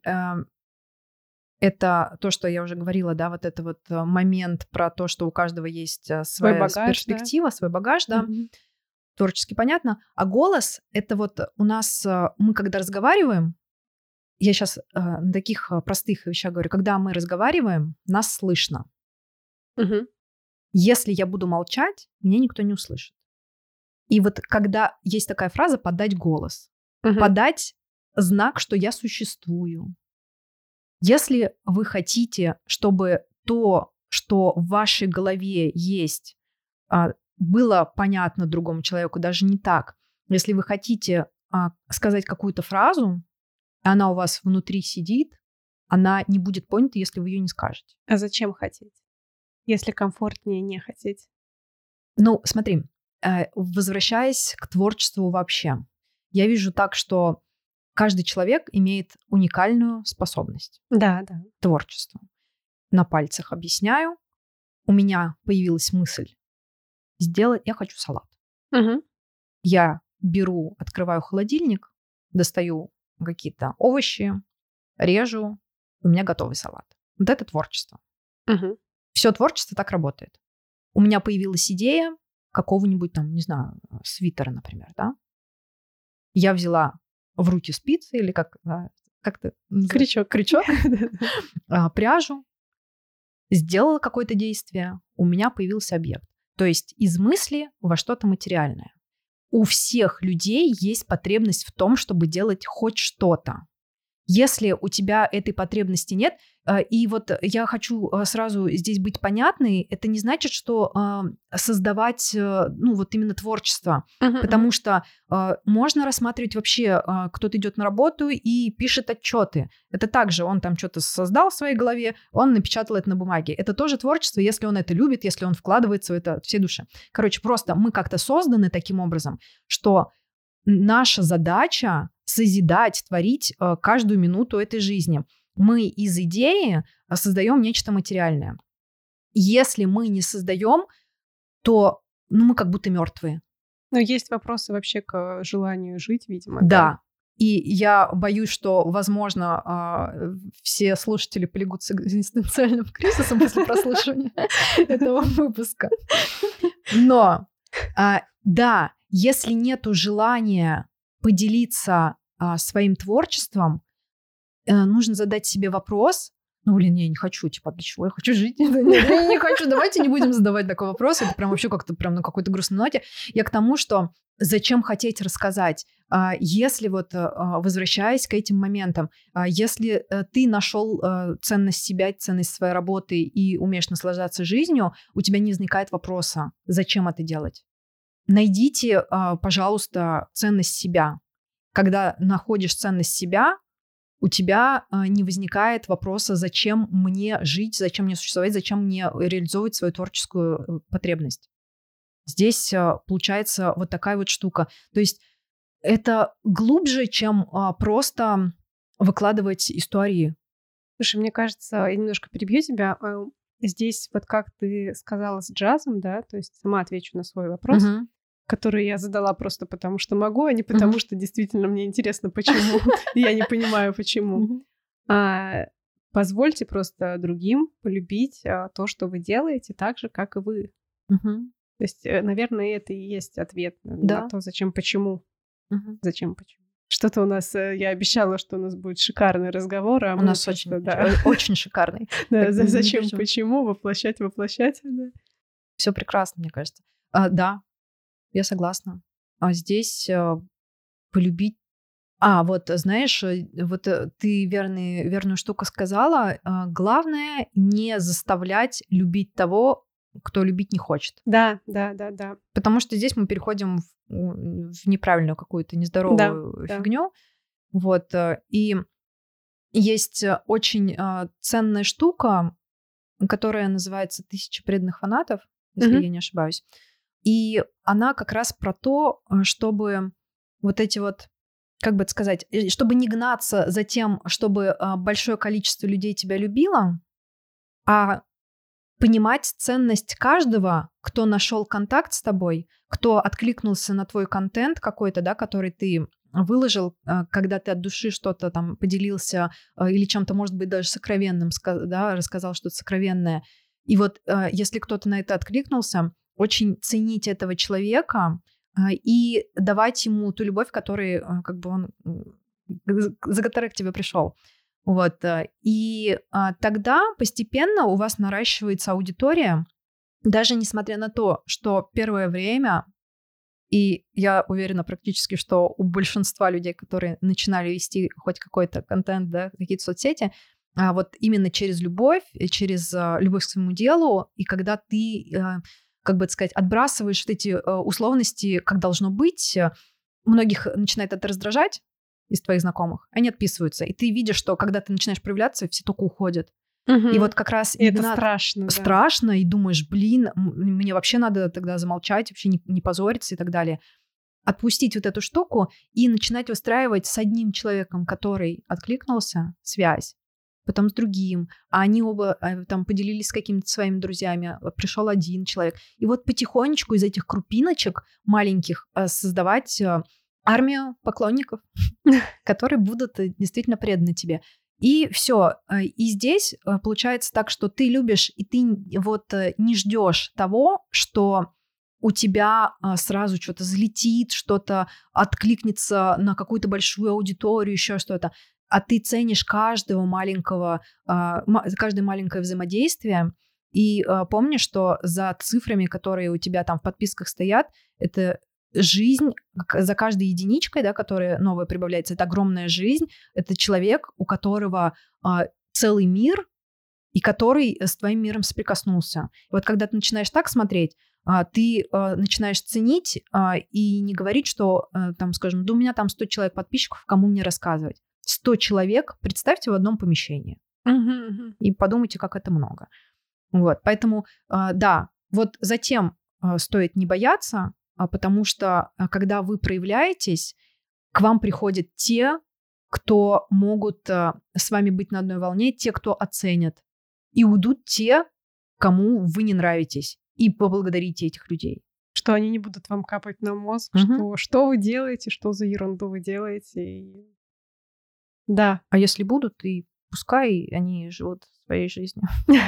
это то, что я уже говорила, да, вот это вот момент про то, что у каждого есть своя багаж, перспектива, да? свой багаж, да, Угу. творчески понятно. А голос — это вот у нас, мы когда разговариваем, я сейчас на таких простых вещах говорю, когда мы разговариваем, нас слышно. Угу. Если я буду молчать, меня никто не услышит. И вот когда есть такая фраза «подать голос», подать знак, что я существую. Если вы хотите, чтобы то, что в вашей голове есть, было понятно другому человеку, даже не так. Если вы хотите сказать какую-то фразу, она у вас внутри сидит, она не будет понята, если вы ее не скажете. А зачем хотеть, если комфортнее не хотеть? Смотри, возвращаясь к творчеству вообще, я вижу так, что каждый человек имеет уникальную способность. Да. Творчество. На пальцах объясняю. У меня появилась мысль сделать, я хочу салат. Угу. Я беру, открываю холодильник, достаю какие-то овощи, режу, у меня готовый салат. Вот это творчество. Угу. Все творчество так работает. У меня появилась идея какого-нибудь там, не знаю, свитера, например, да? Я взяла в руки спицы или как-то Крючок. Пряжу, сделала какое-то действие, у меня появился объект. То есть из мысли во что-то материальное. У всех людей есть потребность в том, чтобы делать хоть что-то. Если у тебя этой потребности нет, и вот я хочу сразу здесь быть понятной, это не значит, что создавать, ну, вот именно творчество, потому что можно рассматривать вообще, кто-то идет на работу и пишет отчеты. Это также он там что-то создал в своей голове, он напечатал это на бумаге. Это тоже творчество, если он это любит, если он вкладывается в это всей души. Короче, просто мы как-то созданы таким образом, что наша задача созидать, творить каждую минуту этой жизни. Мы из идеи создаем нечто материальное. Если мы не создаем, то мы как будто мертвые. Но есть вопросы вообще к желанию жить, видимо. Да. И я боюсь, что, возможно, все слушатели полягут с экзистенциальным кризисом после прослушивания этого выпуска. Но, да, если нету желания поделиться своим творчеством, нужно задать себе вопрос. Ну, блин, я не хочу, типа, для чего я хочу жить? Я не хочу, давайте не будем задавать такой вопрос. Это прям вообще как-то прям на какой-то грустной ноте. Я к тому, что зачем хотеть рассказать? Если вот, возвращаясь к этим моментам, если ты нашел ценность себя, ценность своей работы и умеешь наслаждаться жизнью, у тебя не возникает вопроса, зачем это делать? Найдите, пожалуйста, ценность себя. Когда находишь ценность себя, у тебя не возникает вопроса, зачем мне жить, зачем мне существовать, зачем мне реализовывать свою творческую потребность. Здесь получается вот такая вот штука. То есть это глубже, чем просто выкладывать истории. Слушай, мне кажется, я немножко перебью тебя. Здесь вот как ты сказала с джазом, да, то есть сама отвечу на свой вопрос, который я задала просто потому, что могу, а не потому, что действительно мне интересно, почему. Я не понимаю, почему. Позвольте просто другим полюбить то, что вы делаете, так же, как и вы. То есть, наверное, это и есть ответ на то, зачем, почему. Зачем, почему. Что-то у нас, я обещала, что у нас будет шикарный разговор, а у нас очень шикарный. Да, зачем, почему, воплощать. Все прекрасно, мне кажется. Да, я согласна. А здесь полюбить. Вот знаешь, вот ты верную штуку сказала. Главное не заставлять любить того, кто любить не хочет. Да. Потому что здесь мы переходим в неправильную какую-то нездоровую фигню. Вот. И есть очень ценная штука, которая называется «1000 преданных фанатов», если я не ошибаюсь. И она как раз про то, чтобы вот эти вот, как бы это сказать, чтобы не гнаться за тем, чтобы большое количество людей тебя любило, а понимать ценность каждого, кто нашел контакт с тобой, кто откликнулся на твой контент какой-то, да, который ты выложил, когда ты от души что-то там поделился или чем-то, может быть, даже сокровенным, да, рассказал что-то сокровенное. И вот если кто-то на это откликнулся, очень ценить этого человека и давать ему ту любовь, как бы он, за которой к тебе пришел. Вот. И тогда постепенно у вас наращивается аудитория, даже несмотря на то, что первое время, и я уверена практически, что у большинства людей, которые начинали вести хоть какой-то контент, да, какие-то соцсети, вот именно через любовь к своему делу, и когда ты, как бы сказать, отбрасываешь вот эти условности, как должно быть, многих начинает это раздражать из твоих знакомых, они отписываются. И ты видишь, что когда ты начинаешь проявляться, все только уходят. И вот как раз это страшно. Страшно, и думаешь, блин, мне вообще надо тогда замолчать, вообще не позориться и так далее. Отпустить вот эту штуку и начинать выстраивать с одним человеком, который откликнулся, связь, потом с другим, а они оба там поделились с какими-то своими друзьями, пришел один человек. И вот потихонечку из этих крупиночек маленьких создавать армию поклонников, которые будут действительно преданы тебе. И все. И здесь получается так, что ты любишь, и ты вот не ждешь того, что у тебя сразу что-то взлетит, что-то откликнется на какую-то большую аудиторию, еще что-то. А ты ценишь каждое маленькое взаимодействие. И помни, что за цифрами, которые у тебя там в подписках стоят, это жизнь, за каждой единичкой, да, которая новая прибавляется, это огромная жизнь, это человек, у которого целый мир, и который с твоим миром соприкоснулся. И вот когда ты начинаешь так смотреть, ты начинаешь ценить и не говорить, что, там, скажем, да у меня там 100 человек подписчиков, кому мне рассказывать. 100 человек, представьте, в одном помещении. И подумайте, как это много. Вот, поэтому, да, вот затем стоит не бояться, потому что, когда вы проявляетесь, к вам приходят те, кто могут с вами быть на одной волне, те, кто оценят. И уйдут те, кому вы не нравитесь. И поблагодарите этих людей. Что они не будут вам капать на мозг, что вы делаете, что за ерунду вы делаете. Да. А если будут, и пускай они живут своей жизнью.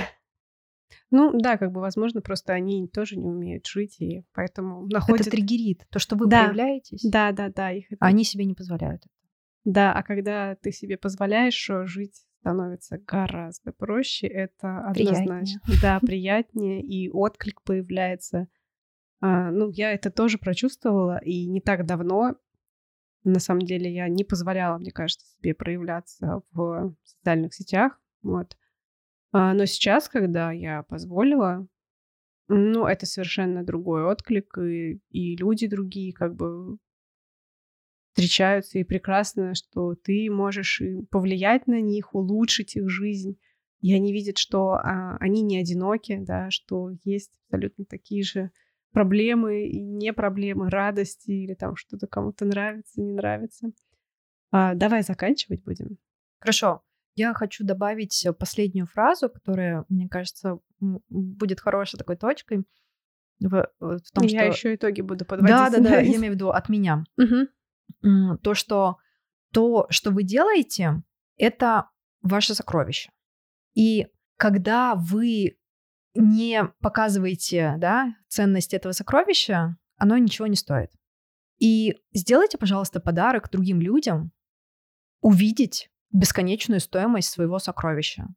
Ну да, как бы, возможно, просто они тоже не умеют жить, и поэтому находят... Это триггерит. То, что вы проявляетесь, да. они себе не позволяют. Да, а когда ты себе позволяешь жить, становится гораздо проще. Это однозначно. Да, приятнее, и отклик появляется. Ну, я это тоже прочувствовала, и не так давно, на самом деле, я не позволяла, мне кажется, себе проявляться в социальных сетях. Вот. Но сейчас, когда я позволила, ну, это совершенно другой отклик, и люди другие как бы встречаются, и прекрасно, что ты можешь повлиять на них, улучшить их жизнь. И они видят, что они не одиноки, да, что есть абсолютно такие же проблемы и не проблемы, радости или там что-то кому-то нравится, не нравится. Давай заканчивать будем. Хорошо. Я хочу добавить последнюю фразу, которая, мне кажется, будет хорошей такой точкой. В том, я что... еще итоги буду подводить. Да, я имею в виду от меня. То, что вы делаете, это ваше сокровище. И когда вы не показываете, да, ценность этого сокровища, оно ничего не стоит. И сделайте, пожалуйста, подарок другим людям увидеть бесконечную стоимость своего сокровища.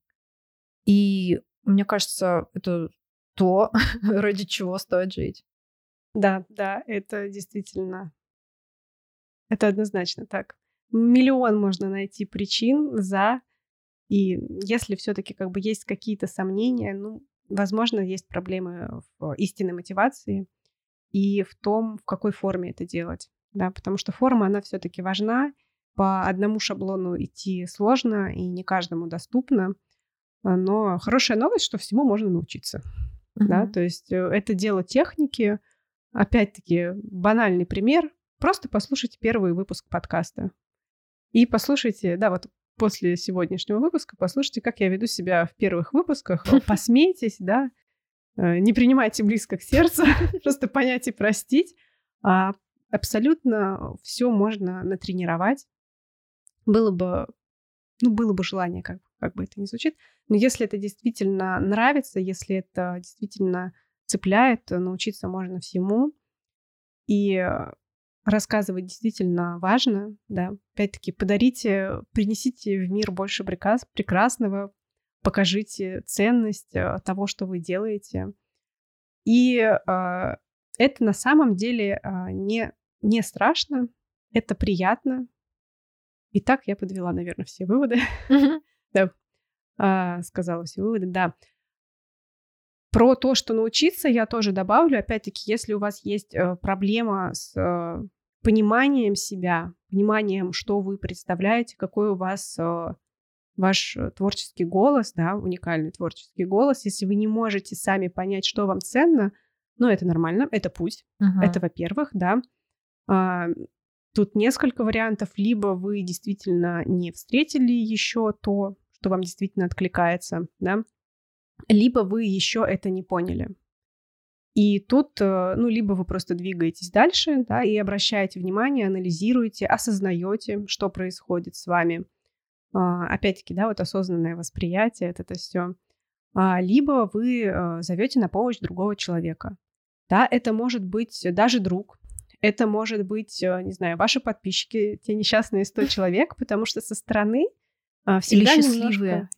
И мне кажется, это то, ради чего стоит жить. Да, это действительно... Это однозначно так. Миллион можно найти причин за, и если все-таки как бы есть какие-то сомнения, ну, возможно, есть проблемы в истинной мотивации и в том, в какой форме это делать, да, потому что форма, она все-таки важна. По одному шаблону идти сложно и не каждому доступно, но хорошая новость, что всему можно научиться, да, то есть это дело техники. Опять-таки банальный пример. Просто послушайте первый выпуск подкаста. И послушайте, да, вот после сегодняшнего выпуска, послушайте, как я веду себя в первых выпусках. Посмейтесь, да. Не принимайте близко к сердцу. Просто понять и простить. Абсолютно все можно натренировать. Было бы желание, как бы это ни звучит. Но если это действительно нравится, если это действительно цепляет, то научиться можно всему. И рассказывать действительно важно, да. Опять-таки, принесите в мир больше прекрасного, покажите ценность того, что вы делаете. И это на самом деле не страшно, это приятно. И так я подвела, наверное, все выводы. Да, сказала все выводы, да. Про то, что научиться, я тоже добавлю. Опять-таки, если у вас есть проблема с пониманием себя, пониманием, что вы представляете, какой у вас ваш творческий голос, да, уникальный творческий голос, если вы не можете сами понять, что вам ценно, ну, это нормально, это путь. Это, во-первых, да. Тут несколько вариантов. Либо вы действительно не встретили еще то, что вам действительно откликается, да, либо вы еще это не поняли. И тут, либо вы просто двигаетесь дальше, да, и обращаете внимание, анализируете, осознаете, что происходит с вами. Опять-таки, да, вот осознанное восприятие, это все. Либо вы зовете на помощь другого человека. Да, это может быть даже друг, это может быть, не знаю, ваши подписчики, те несчастные 100 человек, потому что со стороны всегда или счастливые.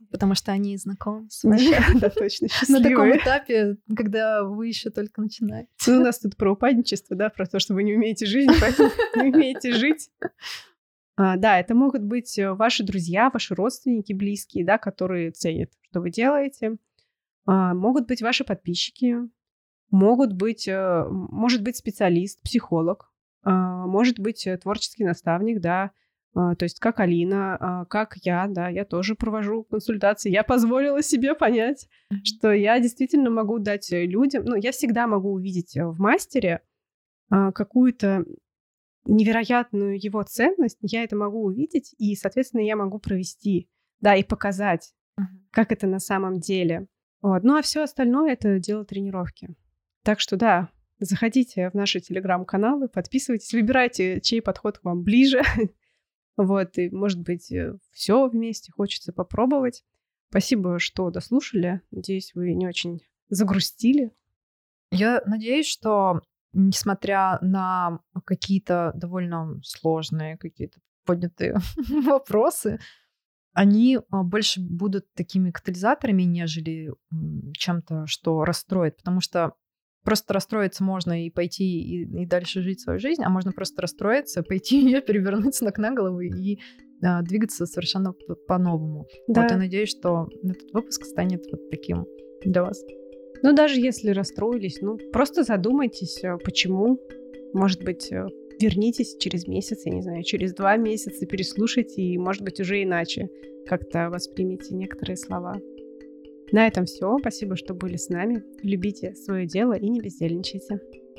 Потому что они знакомы с вами. Да, точно, На таком счастливые. этапе, когда вы еще только начинаете. Ну, у нас тут про упадничество, да, про то, что вы не умеете жить, поэтому не умеете жить. Да, это могут быть ваши друзья, ваши родственники, близкие, да, которые ценят, что вы делаете. Могут быть ваши подписчики, может быть специалист, психолог, может быть творческий наставник, да, то есть как Алина, как я, да, я тоже провожу консультации. Я позволила себе понять, что я действительно могу дать людям, я всегда могу увидеть в мастере какую-то невероятную его ценность, я это могу увидеть, и, соответственно, я могу провести, да, и показать, как это на самом деле. Вот. Ну, а все остальное — это дело тренировки. Так что, да, заходите в наши телеграм-каналы, подписывайтесь, выбирайте, чей подход к вам ближе. Вот, и, может быть, все вместе хочется попробовать. Спасибо, что дослушали. Надеюсь, вы не очень загрустили. Я надеюсь, что, несмотря на какие-то довольно сложные, какие-то поднятые вопросы, они больше будут такими катализаторами, нежели чем-то, что расстроит. Потому что просто расстроиться можно и пойти и дальше жить свою жизнь, а можно просто расстроиться, пойти ее перевернуть с ног на голову и двигаться совершенно по-новому. Да. Вот я надеюсь, что этот выпуск станет вот таким для вас. Ну, даже если расстроились, просто задумайтесь, почему. Может быть, вернитесь через месяц, я не знаю, через 2 месяца, переслушайте, и, может быть, уже иначе как-то воспримите некоторые слова. На этом все. Спасибо, что были с нами. Любите свое дело и не бездельничайте.